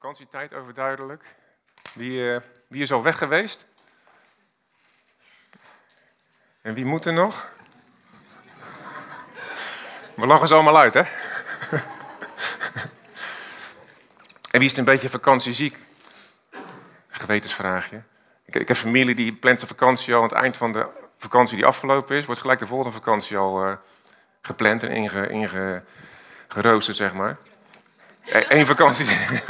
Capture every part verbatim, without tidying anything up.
vakantietijd overduidelijk. Wie, uh, wie is al weg geweest? En wie moet er nog? We lachen ze allemaal uit, hè? En wie is er een beetje vakantieziek? Gewetensvraagje. Ik, ik heb familie die plant de vakantie al aan het eind van de vakantie die afgelopen is. Wordt gelijk de volgende vakantie al uh, gepland en inge, inge, geroosterd, zeg maar. Eén vakantie.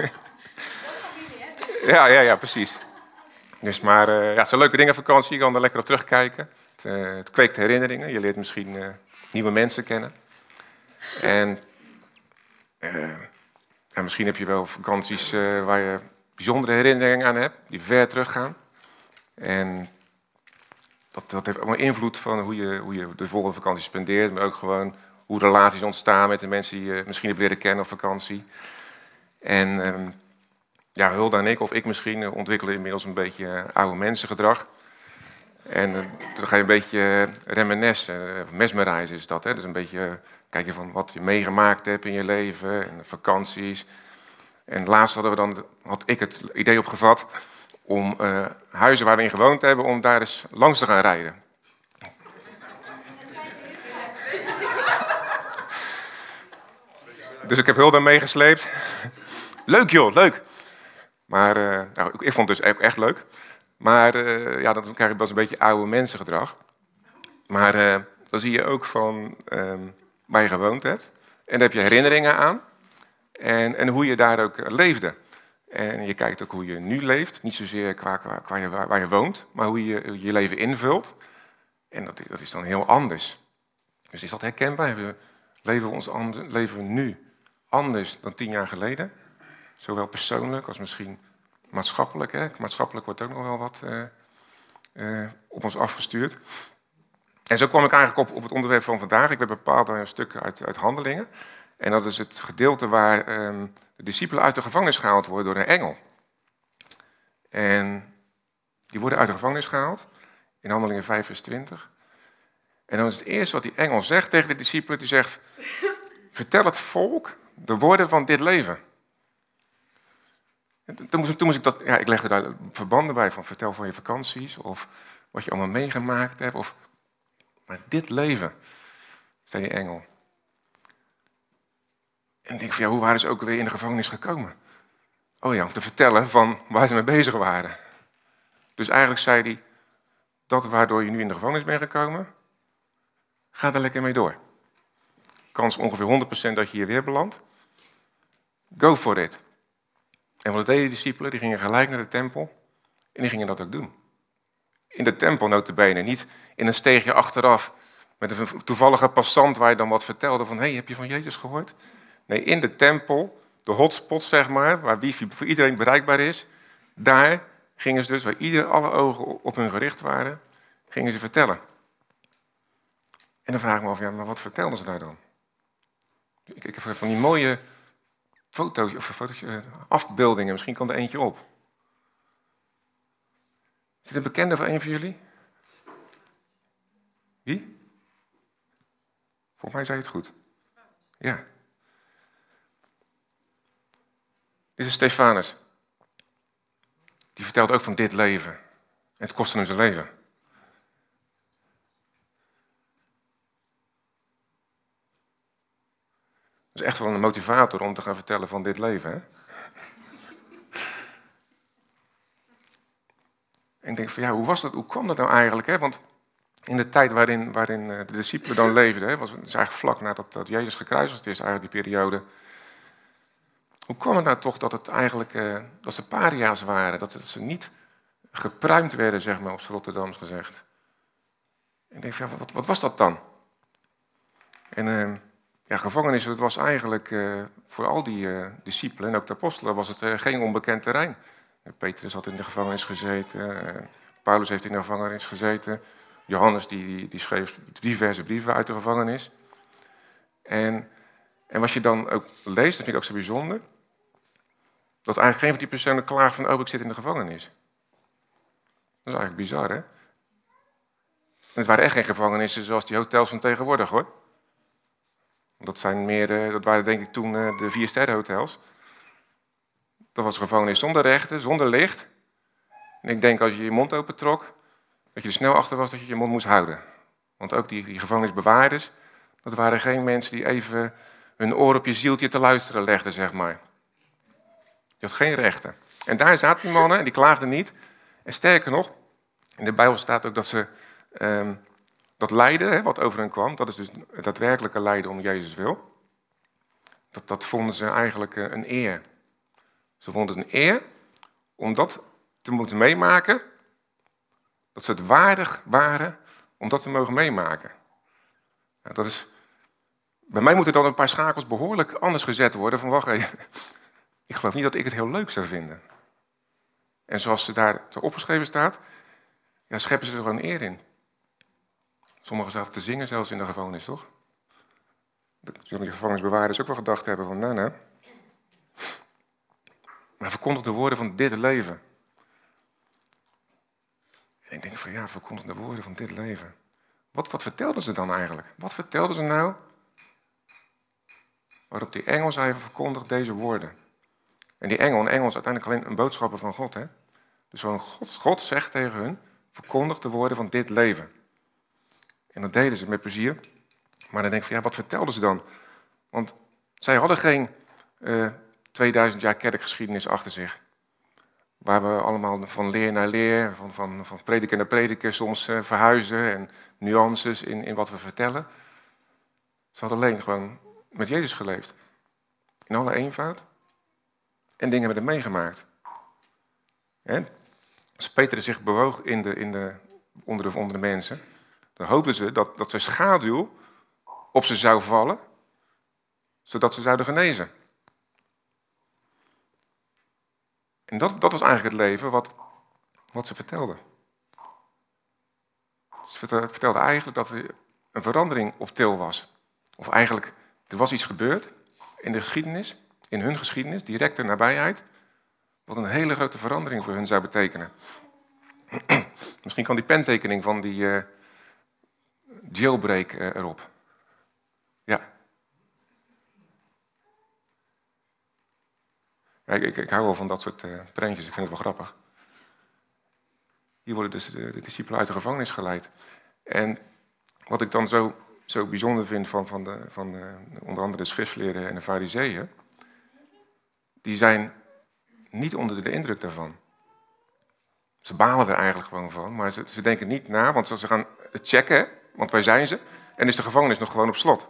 ja, ja, ja, precies. Dus maar, uh, ja, het zijn leuke dingen vakantie. Je kan er lekker op terugkijken. Het, uh, het kweekt herinneringen. Je leert misschien uh, nieuwe mensen kennen. En uh, ja, misschien heb je wel vakanties uh, waar je bijzondere herinneringen aan hebt. Die ver teruggaan. En dat, dat heeft allemaal invloed van hoe je, hoe je de volgende vakantie spendeert. Maar ook gewoon hoe relaties ontstaan met de mensen die je misschien hebt leren kennen op vakantie. En um, ja, Hulda en ik, of ik misschien, uh, ontwikkelen inmiddels een beetje uh, oude mensengedrag. En uh, dan ga je een beetje uh, reminiscen, uh, mesmerizen is dat. Hè? Dus een beetje uh, kijken van wat je meegemaakt hebt in je leven en vakanties. En laatst hadden we dan, had ik het idee opgevat om uh, huizen waar we in gewoond hebben, om daar eens langs te gaan rijden. Dus ik heb Hulda meegesleept. Leuk joh, leuk. Maar uh, nou, ik vond het dus echt leuk. Maar uh, ja, dan krijg je wel eens een beetje oude mensengedrag. Maar uh, dan zie je ook van uh, waar je gewoond hebt. En daar heb je herinneringen aan. En, en hoe je daar ook leefde. En je kijkt ook hoe je nu leeft. Niet zozeer qua, qua, qua je, waar je woont, maar hoe je je leven invult. En dat, dat is dan heel anders. Dus is dat herkenbaar? We, leven, we ons anders, leven we nu anders dan tien jaar geleden? Zowel persoonlijk als misschien maatschappelijk. Hè? Maatschappelijk wordt ook nog wel wat uh, uh, op ons afgestuurd. En zo kwam ik eigenlijk op, op het onderwerp van vandaag. Ik heb bepaald een stuk uit, uit Handelingen. En dat is het gedeelte waar um, de discipelen uit de gevangenis gehaald worden door een engel. En die worden uit de gevangenis gehaald. In Handelingen vijf vers twintig. En dan is het eerste wat die engel zegt tegen de discipelen. Die zegt, vertel het volk de woorden van dit leven. Toen moest, toen moest ik dat, ja, ik legde daar verbanden bij van vertel van je vakanties of wat je allemaal meegemaakt hebt. Of, maar dit leven, zei die engel. En ik denk van ja, hoe waren ze ook weer in de gevangenis gekomen? Oh ja, om te vertellen van waar ze mee bezig waren. Dus eigenlijk zei hij, dat waardoor je nu in de gevangenis bent gekomen, ga er lekker mee door. Kans ongeveer honderd procent dat je hier weer belandt. Go for it. En wat deden de discipelen? Die gingen gelijk naar de tempel en die gingen dat ook doen. In de tempel notabene, niet in een steegje achteraf met een toevallige passant waar je dan wat vertelde van hé, hey, heb je van Jezus gehoord? Nee, in de tempel, de hotspot zeg maar, waar wifi voor iedereen bereikbaar is, daar gingen ze dus, waar ieder alle ogen op hun gericht waren, gingen ze vertellen. En dan vraag ik me af, ja, maar wat vertelden ze daar dan? Ik, ik heb van die mooie foto's, of foto's, afbeeldingen, misschien kan er eentje op. Is dit een bekende van een van jullie? Wie? Volgens mij zei je het goed. Ja. Dit is Stefanus. Die vertelt ook van dit leven. En het kostte hem zijn leven. Dat is echt wel een motivator om te gaan vertellen van dit leven. Hè? En ik denk van ja, hoe was dat? Hoe kwam dat nou eigenlijk? Hè? Want in de tijd waarin, waarin de discipelen dan leefden, hè, was het eigenlijk vlak nadat dat Jezus gekruisigd is, eigenlijk die periode. Hoe kwam het nou toch dat het eigenlijk uh, dat ze paria's waren, dat, het, dat ze niet gepruimd werden, zeg maar, op z'n Rotterdams gezegd. En ik denk van ja, wat, wat was dat dan? En uh, ja, gevangenis, dat was eigenlijk uh, voor al die uh, discipelen en ook de apostelen was het uh, geen onbekend terrein. Petrus had in de gevangenis gezeten, uh, Paulus heeft in de gevangenis gezeten, Johannes die, die schreef diverse brieven uit de gevangenis. En, en wat je dan ook leest, dat vind ik ook zo bijzonder, dat eigenlijk geen van die personen klaagt van, oh, ik zit in de gevangenis. Dat is eigenlijk bizar, hè? En het waren echt geen gevangenissen zoals die hotels van tegenwoordig, hoor. Dat zijn meer, dat waren denk ik toen de vier sterren hotels. dat was een gevangenis zonder rechten, zonder licht. En ik denk als je je mond opentrok, dat je er snel achter was dat je je mond moest houden. Want ook die, die gevangenisbewaarders, dat waren geen mensen die even hun oor op je zieltje te luisteren legden, zeg maar. Je had geen rechten. En daar zaten die mannen en die klaagden niet. En sterker nog, in de Bijbel staat ook dat ze um, dat lijden, hè, wat over hen kwam, dat is dus het daadwerkelijke lijden om Jezus wil. Dat, dat vonden ze eigenlijk een eer. Ze vonden het een eer om dat te moeten meemaken, dat ze het waardig waren om dat te mogen meemaken. Nou, dat is, bij mij moeten dan een paar schakels behoorlijk anders gezet worden. Van wacht even, ik geloof niet dat ik het heel leuk zou vinden. En zoals ze daar opgeschreven staat, ja, scheppen ze er gewoon eer in. Sommigen zaten te zingen zelfs in de gevangenis, toch? Dat zullen die gevangenisbewaarders ook wel gedacht hebben van, nou, nou. Maar verkondig de woorden van dit leven. En ik denk van, ja, verkondig de woorden van dit leven. Wat, wat vertelden ze dan eigenlijk? Wat vertelden ze nou? Waarop die engel zei, verkondig deze woorden. En die engel, een engel is uiteindelijk alleen een boodschapper van God, hè? Dus zo'n God, God zegt tegen hun, verkondig de woorden van dit leven. En dat deden ze met plezier. Maar dan denk ik van, ja, wat vertelden ze dan? Want zij hadden geen uh, tweeduizend jaar kerkgeschiedenis achter zich. Waar we allemaal van leer naar leer, van, van, van prediker naar prediker soms uh, verhuizen en nuances in, in wat we vertellen. Ze hadden alleen gewoon met Jezus geleefd. In alle eenvoud. En dingen hebben meegemaakt. En als Petrus zich bewoog in de, in de, onder, de, onder de mensen, dan hoopten ze dat, dat zijn schaduw op ze zou vallen, zodat ze zouden genezen. En dat, dat was eigenlijk het leven wat, wat ze vertelden. Ze vertelden eigenlijk dat er een verandering op til was. Of eigenlijk, er was iets gebeurd in de geschiedenis, in hun geschiedenis, directe nabijheid, wat een hele grote verandering voor hun zou betekenen. Misschien kan die pentekening van die uh, jailbreak uh, erop. Ja. Ja ik, ik, ik hou wel van dat soort uh, prentjes, ik vind het wel grappig. Hier worden dus de, de discipelen uit de gevangenis geleid. En wat ik dan zo, zo bijzonder vind van, van, de, van uh, onder andere de schriftgeleerden en de farizeeën, die zijn niet onder de indruk daarvan. Ze balen er eigenlijk gewoon van, maar ze, ze denken niet na, want ze gaan het checken, want wij zijn ze, en is de gevangenis nog gewoon op slot.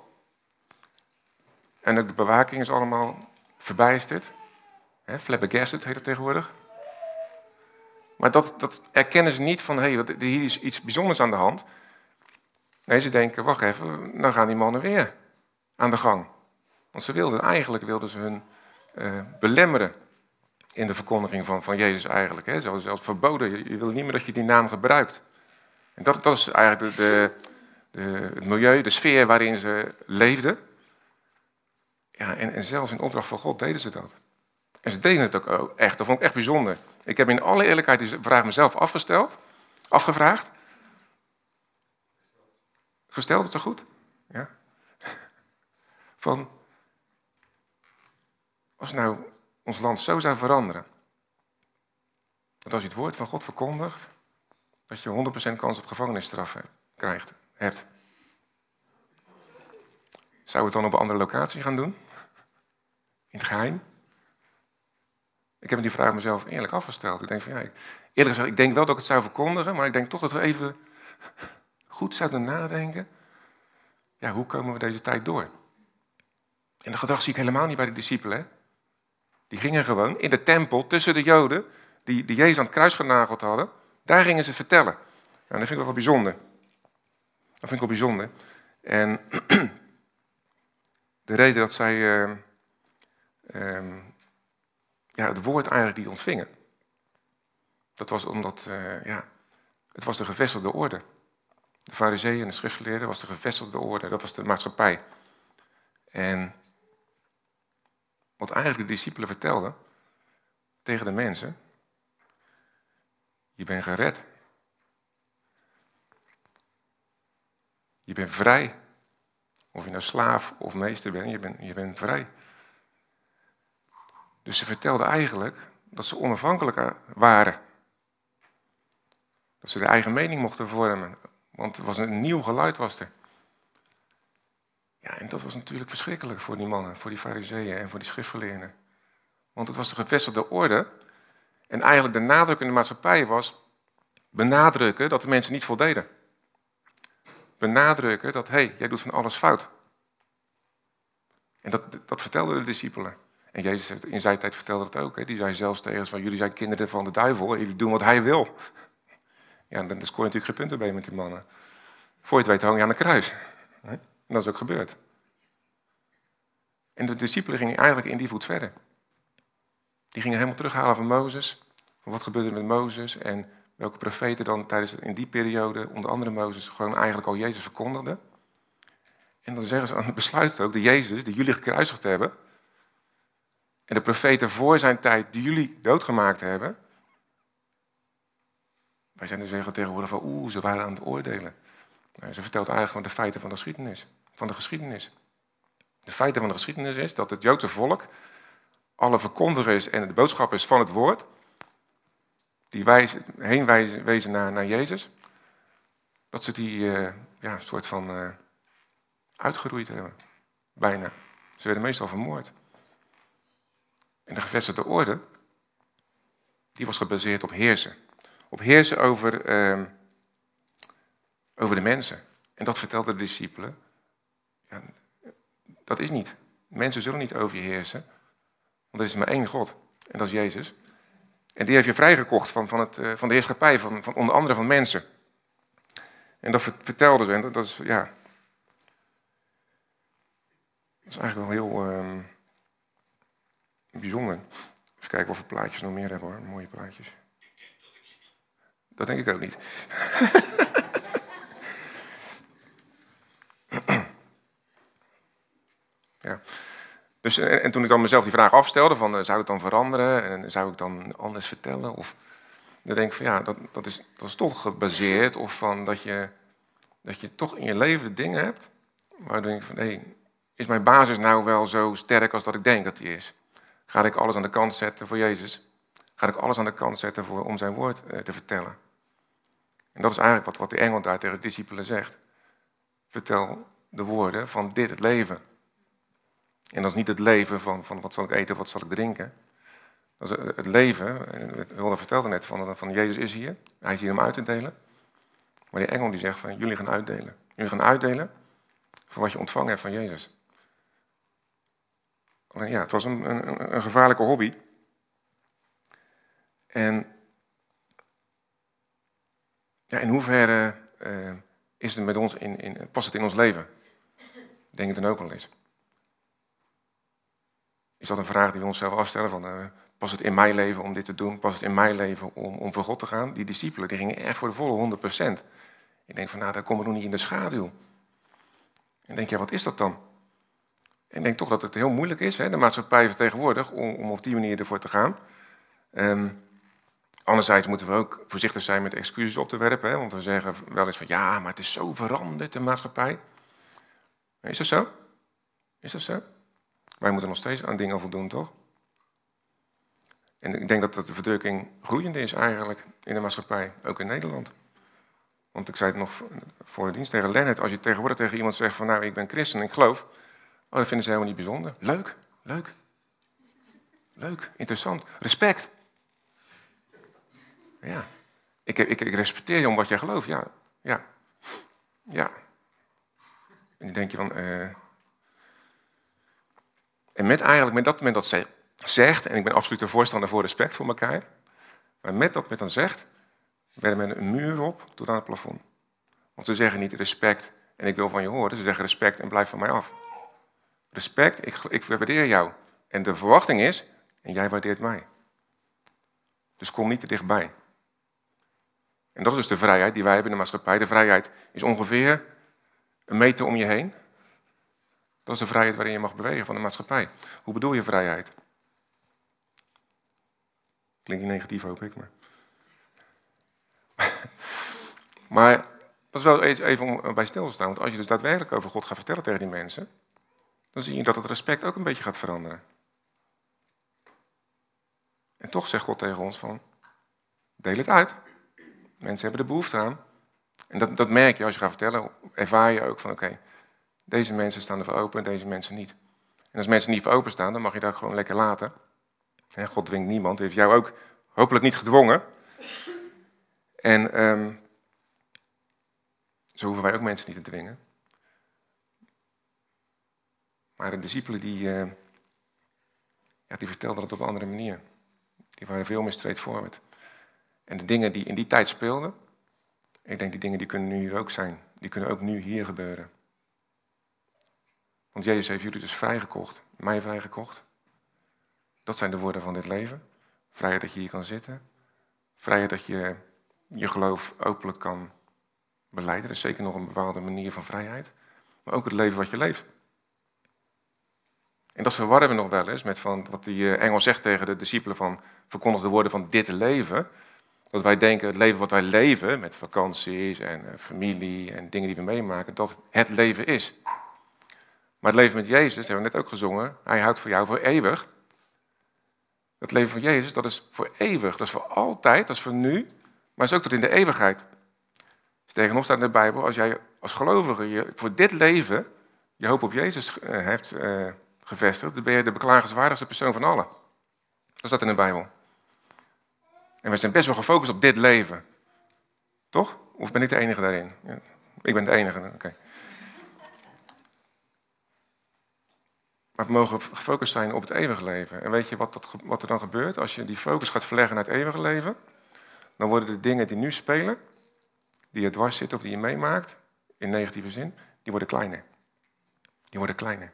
En ook de bewaking is allemaal verbijsterd. Hè, flabbergasted heet het tegenwoordig. Maar dat, dat erkennen ze niet van, hé, hey, hier is iets bijzonders aan de hand. Nee, ze denken, wacht even, dan gaan die mannen weer aan de gang. Want ze wilden, eigenlijk wilden ze hun uh, belemmeren in de verkondiging van, van Jezus eigenlijk. Hè. Zelfs, zelfs verboden, je, je wil niet meer dat je die naam gebruikt. En dat, dat is eigenlijk de, de, de, het milieu, de sfeer waarin ze leefden. Ja, en, en zelfs in opdracht van God deden ze dat. En ze deden het ook echt, dat vond ik echt bijzonder. Ik heb in alle eerlijkheid die vraag mezelf afgesteld, afgevraagd. Gesteld, is dat goed? Ja. Van, als nou ons land zo zou veranderen, dat als je het woord van God verkondigt, dat je honderd procent kans op gevangenisstraf krijgt, hebt. Zou het dan op een andere locatie gaan doen? In het geheim? Ik heb me die vraag mezelf eerlijk afgesteld. Ik denk van ja, ik, eerlijk gezegd, ik denk wel dat ik het zou verkondigen, maar ik denk toch dat we even goed zouden nadenken. Ja, hoe komen we deze tijd door? En dat gedrag zie ik helemaal niet bij de discipelen. Hè? Die gingen gewoon in de tempel tussen de Joden, die, die Jezus aan het kruis genageld hadden, daar gingen ze het vertellen. Nou, dat vind ik wel bijzonder. Dat vind ik wel bijzonder. En de reden dat zij uh, uh, ja, het woord eigenlijk niet ontvingen, dat was omdat, uh, ja, het was de gevestigde orde. De farizeeën en de schriftgeleerden was de gevestigde orde, dat was de maatschappij. En wat eigenlijk de discipelen vertelden tegen de mensen, je bent gered. Je bent vrij. Of je nou slaaf of meester bent, je bent, je bent vrij. Dus ze vertelden eigenlijk dat ze onafhankelijk waren. Dat ze de eigen mening mochten vormen. Want er was een nieuw geluid was er. Ja, en dat was natuurlijk verschrikkelijk voor die mannen, voor die fariseeën en voor die schriftgeleerden. Want het was de gevestigde orde. En eigenlijk de nadruk in de maatschappij was benadrukken dat de mensen niet voldeden. Benadrukken dat, hé, hey, jij doet van alles fout. En dat, dat vertelden de discipelen. En Jezus in zijn tijd vertelde dat ook. Hè. Die zei zelfs tegen ze van, jullie zijn kinderen van de duivel. En jullie doen wat hij wil. Ja, dan scoor je natuurlijk geen punten bij met die mannen. Voor je het weet hang je aan de kruis. En dat is ook gebeurd. En de discipelen gingen eigenlijk in die voet verder. Die gingen helemaal terughalen van Mozes. Van wat gebeurde er met Mozes en welke profeten dan tijdens in die periode, onder andere Mozes, gewoon eigenlijk al Jezus verkondigden. En dan zeggen ze aan het besluit ook, de Jezus die jullie gekruisigd hebben, en de profeten voor zijn tijd die jullie doodgemaakt hebben. Wij zijn dus zeggen tegenwoordig van, oeh, ze waren aan het oordelen. Nou, ze vertelt eigenlijk van de feiten van de geschiedenis. Van de geschiedenis. De feiten van de geschiedenis is dat het Joodse volk, alle verkondigers en de boodschappers van het woord, die wijzen, heen wijzen, wezen naar, naar Jezus, dat ze die uh, ja, soort van uh, uitgeroeid hebben. Bijna. Ze werden meestal vermoord. En de gevestigde orde, die was gebaseerd op heersen. Op heersen over, uh, over de mensen. En dat vertelden de discipelen. Ja, dat is niet. Mensen zullen niet over je heersen. Want er is maar één God. En dat is Jezus. En die heeft je vrijgekocht van, van, het, uh, van de heerschappij. Van, van onder andere van mensen. En dat vertelden ze. En dat, dat is, ja... Dat is eigenlijk wel heel uh, bijzonder. Even kijken of we plaatjes nog meer hebben hoor. Mooie plaatjes. Dat denk ik ook niet. Ja. Dus, en, en toen ik dan mezelf die vraag afstelde, van, uh, zou het dan veranderen? En zou ik dan anders vertellen? Of, dan denk ik van ja, dat, dat, is, dat is toch gebaseerd of van dat je, dat je toch in je leven dingen hebt. Waar denk ik van, hé, hey, is mijn basis nou wel zo sterk als dat ik denk dat die is? Ga ik alles aan de kant zetten voor Jezus? Ga ik alles aan de kant zetten voor, om zijn woord uh, te vertellen? En dat is eigenlijk wat, wat de engel daar tegen de discipelen zegt. Vertel de woorden van dit het leven. En dat is niet het leven van, van wat zal ik eten, wat zal ik drinken. Dat is het leven, Wilde vertelde net, van, van Jezus is hier. Hij is hier om uit te delen. Maar die engel die zegt van, jullie gaan uitdelen. Jullie gaan uitdelen van wat je ontvangen hebt van Jezus. Alleen ja, het was een, een, een gevaarlijke hobby. En ja, in hoeverre uh, is het met ons in, in, past het in ons leven? Denk het dan ook wel eens. Is dat een vraag die we onszelf afstellen? Van, uh, past het in mijn leven om dit te doen? Past het in mijn leven om, om voor God te gaan? Die discipelen die gingen echt voor de volle honderd procent. Ik denk van, nou, daar komen we nog niet in de schaduw. En denk, ja, wat is dat dan? En ik denk toch dat het heel moeilijk is, hè, de maatschappij vertegenwoordig, om, om op die manier ervoor te gaan. Um, anderzijds moeten we ook voorzichtig zijn met excuses op te werpen. Hè, want we zeggen wel eens van, ja, maar het is zo veranderd, de maatschappij. Is dat zo? Is dat zo? Wij moeten nog steeds aan dingen voldoen, toch? En ik denk dat de verdrukking groeiende is eigenlijk in de maatschappij, ook in Nederland. Want ik zei het nog voor de dienst tegen Lennart, als je tegenwoordig tegen iemand zegt van, nou, ik ben christen en ik geloof, oh, dat vinden ze helemaal niet bijzonder. Leuk, leuk. Leuk, interessant. Respect. Ja. Ik, ik, ik respecteer je om wat jij gelooft, ja. Ja. Ja. En dan denk je van... Uh... En met eigenlijk, met dat men dat zegt, en ik ben absoluut een voorstander voor respect voor elkaar, maar met dat men dan zegt, werden men een muur op tot aan het plafond. Want ze zeggen niet respect en ik wil van je horen, ze zeggen respect en blijf van mij af. Respect, ik, ik waardeer jou. En de verwachting is, en jij waardeert mij. Dus kom niet te dichtbij. En dat is dus de vrijheid die wij hebben in de maatschappij. De vrijheid is ongeveer een meter om je heen. Dat is de vrijheid waarin je mag bewegen van de maatschappij. Hoe bedoel je vrijheid? Klinkt niet negatief, hoop ik. Maar, maar dat is wel even om bij stil te staan. Want als je dus daadwerkelijk over God gaat vertellen tegen die mensen, dan zie je dat het respect ook een beetje gaat veranderen. En toch zegt God tegen ons van, deel het uit. Mensen hebben er behoefte aan. En dat, dat merk je als je gaat vertellen, ervaar je ook van oké, okay, deze mensen staan er voor open en deze mensen niet. En als mensen niet voor open staan, dan mag je dat gewoon lekker laten. En God dwingt niemand, heeft jou ook hopelijk niet gedwongen. En um, zo hoeven wij ook mensen niet te dwingen. Maar de discipelen die, uh, ja, die vertelden het op een andere manier. Die waren veel meer straightforward. En de dingen die in die tijd speelden, ik denk die dingen die kunnen nu hier ook zijn. Die kunnen ook nu hier gebeuren. Want Jezus heeft jullie dus vrijgekocht, mij vrijgekocht. Dat zijn de woorden van dit leven. Vrijheid dat je hier kan zitten. Vrijheid dat je je geloof openlijk kan belijden. Dat is zeker nog een bepaalde manier van vrijheid. Maar ook het leven wat je leeft. En dat verwarren we nog wel eens met van wat die engel zegt tegen de discipelen van verkondig de woorden van dit leven. Dat wij denken het leven wat wij leven, met vakanties en familie en dingen die we meemaken, dat het leven is. Maar het leven met Jezus, dat hebben we net ook gezongen, hij houdt voor jou voor eeuwig. Het leven van Jezus, dat is voor eeuwig, dat is voor altijd, dat is voor nu, maar is ook tot in de eeuwigheid. Sterker nog staat in de Bijbel, als jij als gelovige je voor dit leven je hoop op Jezus uh, hebt uh, gevestigd, dan ben je de beklagenswaardigste persoon van allen. Dat staat in de Bijbel. En we zijn best wel gefocust op dit leven. Toch? Of ben ik de enige daarin? Ja, ik ben de enige, oké. Okay. Maar we mogen gefocust zijn op het eeuwige leven. En weet je wat, dat, wat er dan gebeurt? Als je die focus gaat verleggen naar het eeuwige leven, dan worden de dingen die nu spelen, die je dwars zitten of die je meemaakt, in negatieve zin, die worden kleiner. Die worden kleiner.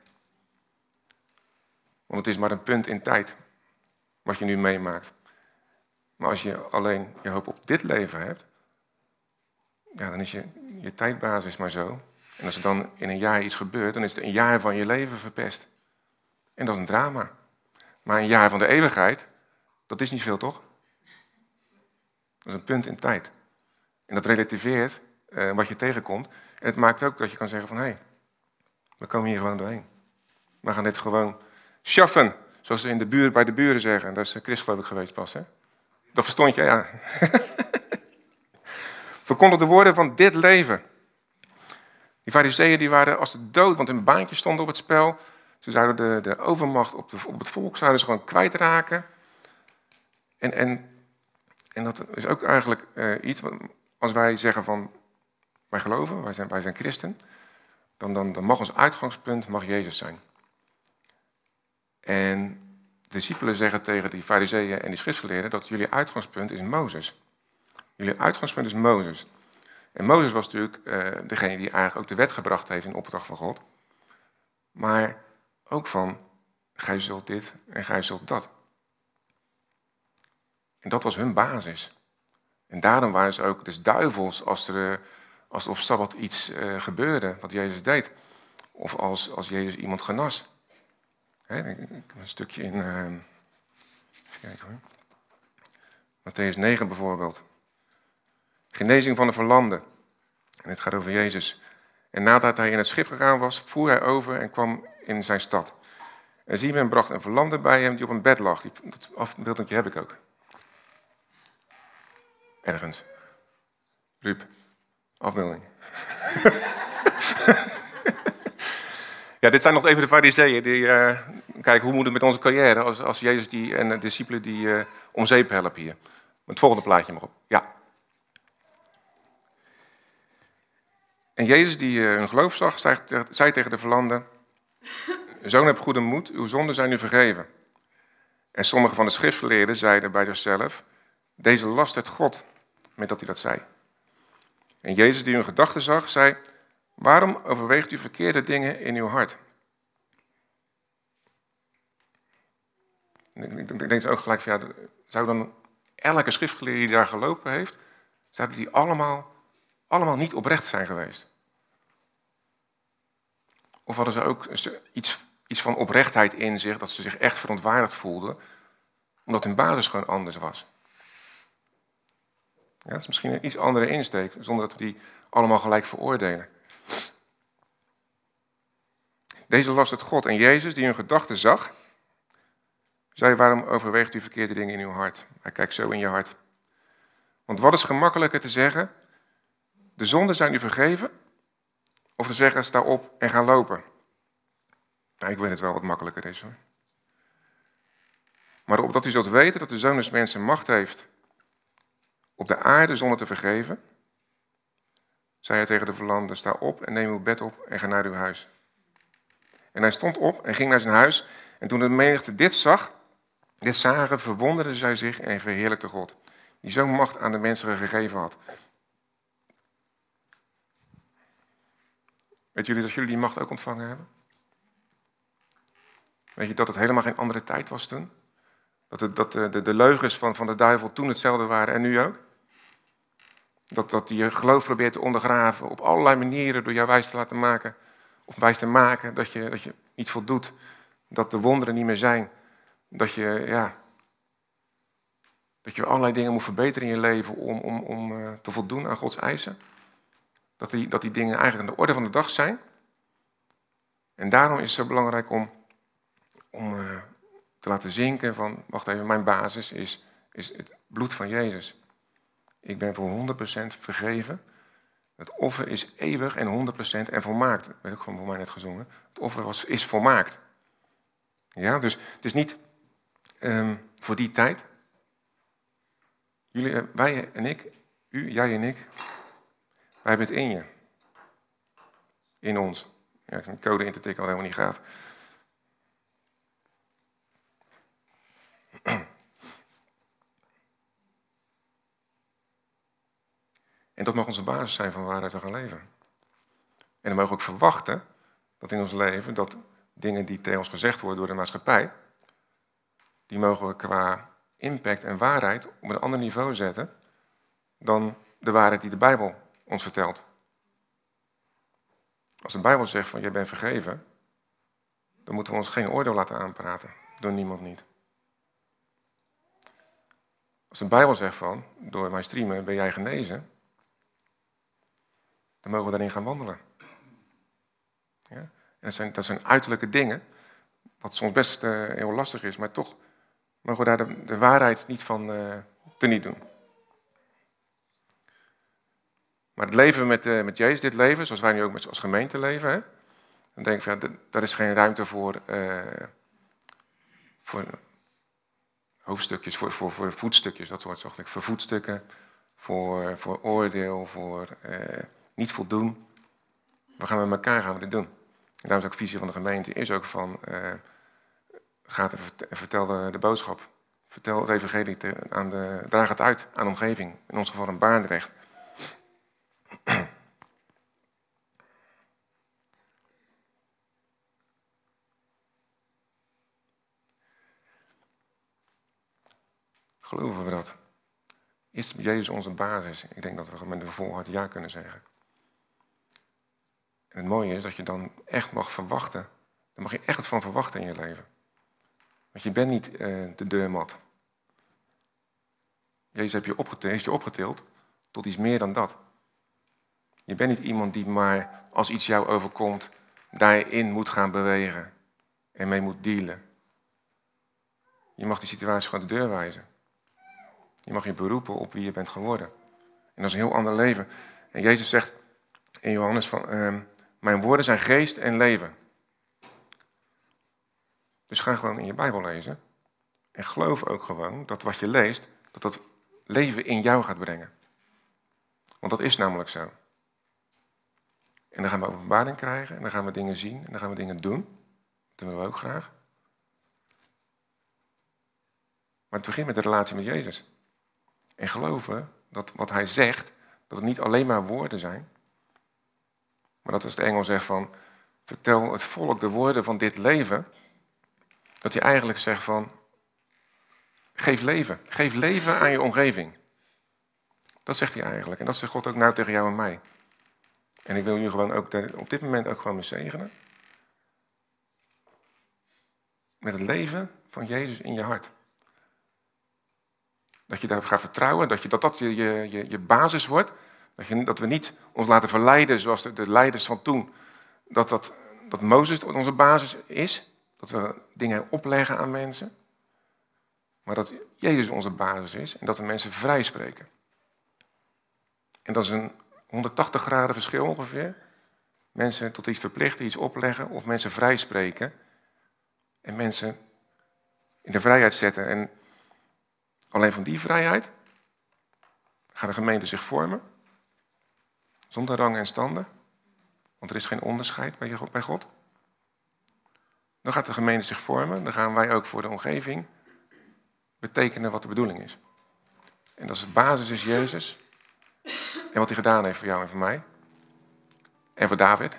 Want het is maar een punt in tijd, wat je nu meemaakt. Maar als je alleen je hoop op dit leven hebt, ja, dan is je, je tijdbasis maar zo. En als er dan in een jaar iets gebeurt, dan is het een jaar van je leven verpest. En dat is een drama. Maar een jaar van de eeuwigheid, dat is niet veel, toch? Dat is een punt in tijd. En dat relativeert uh, wat je tegenkomt. En het maakt ook dat je kan zeggen van, hé, hey, we komen hier gewoon doorheen. We gaan dit gewoon schaffen, zoals ze in de buur, bij de buren zeggen. En dat is Chris geloof ik geweest pas, hè? Dat verstond je, ja. Verkondig de woorden van dit leven. Die farizeeën die waren als de dood, want hun baantje stond op het spel. Ze zouden de, de overmacht op, de, op het volk zouden ze gewoon kwijtraken. En, en, en dat is ook eigenlijk uh, iets, als wij zeggen van, wij geloven, wij zijn, wij zijn christen, dan, dan, dan mag ons uitgangspunt mag Jezus zijn. En de discipelen zeggen tegen die farizeeën en die schriftgeleerden dat jullie uitgangspunt is Mozes. Jullie uitgangspunt is Mozes. En Mozes was natuurlijk uh, degene die eigenlijk ook de wet gebracht heeft in opdracht van God. Maar ook van, gij zult dit en gij zult dat. En dat was hun basis. En daarom waren ze ook dus duivels als er, als er op Sabbat iets uh, gebeurde, wat Jezus deed. Of als, als Jezus iemand genas. He, ik heb een stukje in, uh, even kijken hoor. Mattheüs negen bijvoorbeeld. Genezing van de verlamde. En het gaat over Jezus. En nadat hij in het schip gegaan was, voer hij over en kwam in zijn stad. En zie men bracht een verlamde bij hem die op een bed lag. Die, dat afbeeldingje heb ik ook. Ergens. Ruud, afbeelding. Ja, dit zijn nog even de farizeeën die uh, kijken hoe moet het met onze carrière als, als Jezus die, en de discipelen die uh, om zeep helpen hier. Het volgende plaatje maar op. Ja. En Jezus die uh, hun geloof zag, zei, zei tegen de verlamde, zoon heb goede moed, uw zonden zijn u vergeven. En sommige van de schriftgeleerden zeiden bij zichzelf, deze lastert God, met dat hij dat zei. En Jezus die hun gedachten zag, zei, waarom overweegt u verkeerde dingen in uw hart? Ik denk ook gelijk van, ja, zou dan elke schriftgeleerde die daar gelopen heeft, zouden die allemaal, allemaal niet oprecht zijn geweest? Of hadden ze ook iets, iets van oprechtheid in zich, dat ze zich echt verontwaardigd voelden, omdat hun basis gewoon anders was? Ja, dat is misschien een iets andere insteek, zonder dat we die allemaal gelijk veroordelen. Deze last het God en Jezus, die hun gedachten zag, Zei, waarom overweegt u verkeerde dingen in uw hart? Hij kijkt zo in je hart. Want wat is gemakkelijker te zeggen? De zonden zijn u vergeven? Of te zeggen, sta op en ga lopen? Nou, ik weet het wel wat makkelijker is hoor. Maar opdat u zult weten dat de Zoon des Mensen macht heeft op de aarde zonde te vergeven, zei hij tegen de verlamde, sta op en neem uw bed op en ga naar uw huis. En hij stond op en ging naar zijn huis. En toen de menigte dit zag, dit zagen, verwonderden zij zich en verheerlijkte God, die zo'n macht aan de mensen gegeven had. Weet jullie dat jullie die macht ook ontvangen hebben? Weet je dat het helemaal geen andere tijd was toen? Dat, het, dat de, de, de leugens van, van de duivel toen hetzelfde waren en nu ook? Dat, dat die je geloof probeert te ondergraven op allerlei manieren door jou wijs te laten maken. Of wijs te maken dat je, dat je niet voldoet. Dat de wonderen niet meer zijn. Dat je, ja, dat je allerlei dingen moet verbeteren in je leven om, om, om uh, te voldoen aan Gods eisen. Dat die, dat die dingen eigenlijk aan de orde van de dag zijn. En daarom is het zo belangrijk om, om uh, te laten zinken van, wacht even, mijn basis is, is het bloed van Jezus. Ik ben voor honderd procent vergeven. Het offer is eeuwig en honderd procent en volmaakt. Dat weet ik gewoon voor mij net gezongen. Het offer was, is volmaakt. Ja, dus het is niet um, voor die tijd. Jullie, wij en ik, u, jij en ik, wij hebben het in je. In ons. Ja, ik heb een code in te tikken wat helemaal niet gaat. En dat mag onze basis zijn van waaruit we gaan leven. En dan mogen we ook verwachten dat in ons leven, dat dingen die tegen ons gezegd worden door de maatschappij, die mogen we qua impact en waarheid op een ander niveau zetten dan de waarheid die de Bijbel ons vertelt. Als de Bijbel zegt van, jij bent vergeven, dan moeten we ons geen oordeel laten aanpraten. Door niemand niet. Als de Bijbel zegt van, door mijn streamen ben jij genezen, dan mogen we daarin gaan wandelen. Ja? En dat zijn, dat zijn uiterlijke dingen, wat soms best uh, heel lastig is, maar toch mogen we daar de, de waarheid niet van uh, teniet doen. Maar het leven met, uh, met Jezus, dit leven, zoals wij nu ook met, als gemeente leven, hè, dan denk ik van, ja, daar is geen ruimte voor, uh, voor hoofdstukjes, voor, voor, voor voetstukjes, dat soort zocht ik. Voor voetstukken, voor, voor oordeel, voor uh, niet voldoen. We gaan met elkaar gaan we dit doen. En daarom is ook de visie van de gemeente, is ook van, uh, ga en vertel de, de boodschap. Vertel het evangelie, te, aan de, draag het uit aan de omgeving. In ons geval een Baardrecht. Geloven we dat? Is Jezus onze basis? Ik denk dat we met een vol hart ja kunnen zeggen. En het mooie is dat je dan echt mag verwachten. Daar mag je echt van verwachten in je leven. Want je bent niet uh, de deurmat. Jezus heeft je, opgetild, heeft je opgetild tot iets meer dan dat. Je bent niet iemand die maar, als iets jou overkomt, daarin moet gaan bewegen. En mee moet dealen. Je mag die situatie gewoon de deur wijzen. Je mag je beroepen op wie je bent geworden. En dat is een heel ander leven. En Jezus zegt in Johannes van, uh, mijn woorden zijn geest en leven. Dus ga gewoon in je Bijbel lezen. En geloof ook gewoon dat wat je leest, dat dat leven in jou gaat brengen. Want dat is namelijk zo. En dan gaan we openbaring krijgen. En dan gaan we dingen zien. En dan gaan we dingen doen. Dat willen we ook graag. Maar het begint met de relatie met Jezus. En geloven dat wat hij zegt, dat het niet alleen maar woorden zijn. Maar dat als de engel zegt van, vertel het volk de woorden van dit leven. Dat hij eigenlijk zegt van, geef leven. Geef leven aan je omgeving. Dat zegt hij eigenlijk. En dat zegt God ook nou tegen jou en mij. En ik wil je gewoon ook de, op dit moment ook gewoon zegenen. Met het leven van Jezus in je hart. Dat je daarop gaat vertrouwen, dat je, dat, dat je, je, je basis wordt. Dat, je, dat we niet ons laten verleiden zoals de, de leiders van toen. Dat, dat, dat Mozes onze basis is. Dat we dingen opleggen aan mensen. Maar dat Jezus onze basis is en dat we mensen vrij spreken. En dat is een honderdtachtig graden verschil ongeveer. Mensen tot iets verplichten, iets opleggen of mensen vrij spreken. En mensen in de vrijheid zetten. En alleen van die vrijheid gaat de gemeente zich vormen. Zonder rang en standen. Want er is geen onderscheid bij God. Dan gaat de gemeente zich vormen. Dan gaan wij ook voor de omgeving betekenen wat de bedoeling is. En dat is de basis is Jezus. En wat hij gedaan heeft voor jou en voor mij. En voor David.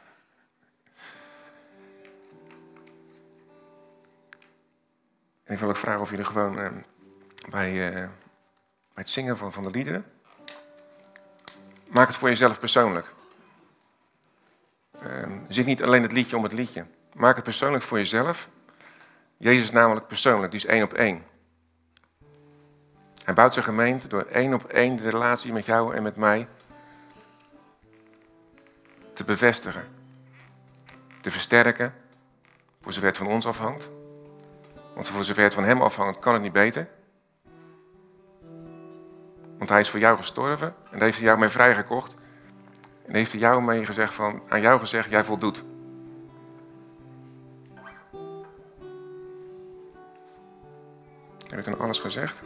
En ik wil ook vragen of jullie gewoon uh, bij, uh, bij het zingen van, van de liederen. Maak het voor jezelf persoonlijk. Uh, zing niet alleen het liedje om het liedje. Maak het persoonlijk voor jezelf. Jezus is namelijk persoonlijk, die is één op één. Hij bouwt zijn gemeente door één op één de relatie met jou en met mij te bevestigen. Te versterken, voor zover het van ons afhangt. Want voor zover het van hem afhangt, kan het niet beter. Want hij is voor jou gestorven en daar heeft hij jou mee vrijgekocht. En heeft hij jou mee gezegd van, aan jou gezegd, jij voldoet. Heb ik dan alles gezegd?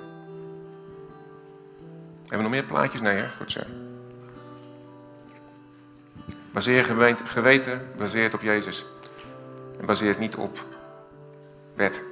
Hebben we nog meer plaatjes? Nee, hè? Goed zo. Baseer je geweten, baseert op Jezus. En baseert niet op wet.